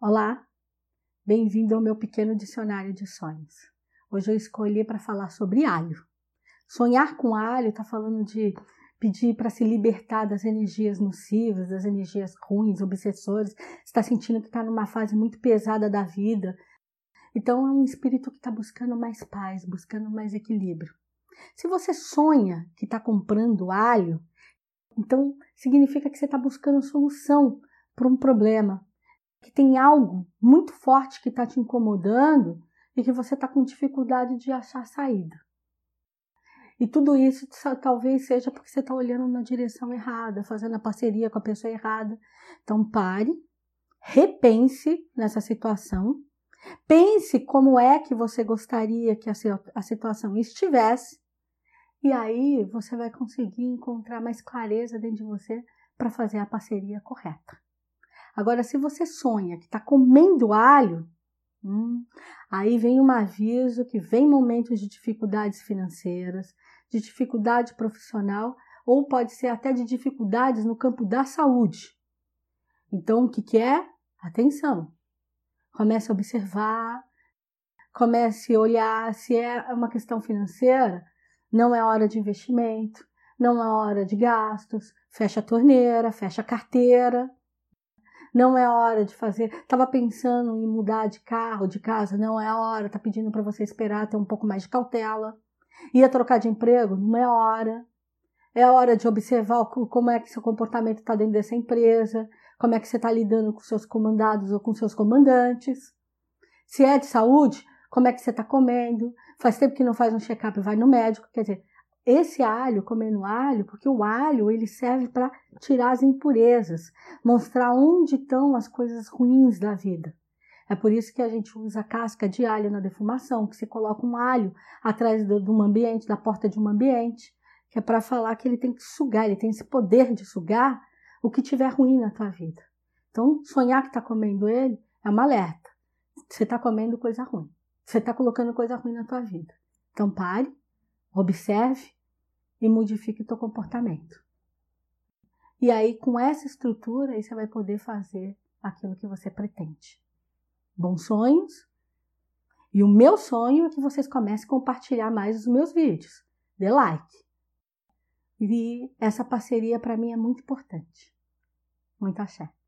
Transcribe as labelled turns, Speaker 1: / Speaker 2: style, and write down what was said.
Speaker 1: Olá, bem-vindo ao meu pequeno dicionário de sonhos. Hoje eu escolhi para falar sobre alho. Sonhar com alho está falando de pedir para se libertar das energias nocivas, das energias ruins, obsessores. Você está sentindo que está numa fase muito pesada da vida. Então é um espírito que está buscando mais paz, buscando mais equilíbrio. Se você sonha que está comprando alho, então significa que você está buscando solução para um problema, que tem algo muito forte que está te incomodando e que você está com dificuldade de achar saída. E tudo isso talvez seja porque você está olhando na direção errada, fazendo a parceria com a pessoa errada. Então pare, repense nessa situação, pense como é que você gostaria que a situação estivesse, e aí você vai conseguir encontrar mais clareza dentro de você para fazer a parceria correta. Agora, se você sonha que está comendo alho, aí vem um aviso que vem momentos de dificuldades financeiras, de dificuldade profissional, ou pode ser até de dificuldades no campo da saúde. Então, o que é? Atenção! Comece a observar, comece a olhar se é uma questão financeira, não é hora de investimento, não é hora de gastos, fecha a torneira, fecha a carteira. Não é hora de fazer, estava pensando em mudar de carro, de casa, não é hora, está pedindo para você esperar, ter um pouco mais de cautela. Ia trocar de emprego, não é hora. É hora de observar como é que seu comportamento está dentro dessa empresa, como é que você está lidando com seus comandados ou com seus comandantes. Se é de saúde, como é que você está comendo. Faz tempo que não faz um check-up e vai no médico, quer dizer, esse alho, comendo alho, porque o alho ele serve para tirar as impurezas, mostrar onde estão as coisas ruins da vida. É por isso que a gente usa casca de alho na defumação, que você coloca um alho atrás de um ambiente, da porta de um ambiente, que é para falar que ele tem que sugar, ele tem esse poder de sugar o que tiver ruim na tua vida. Então, sonhar que está comendo ele é um alerta. Você está comendo coisa ruim. Você está colocando coisa ruim na tua vida. Então, pare. Observe e modifique o teu comportamento. E aí, com essa estrutura, aí você vai poder fazer aquilo que você pretende. Bons sonhos. E o meu sonho é que vocês comecem a compartilhar mais os meus vídeos. Dê like. E essa parceria para mim é muito importante. Muito axé.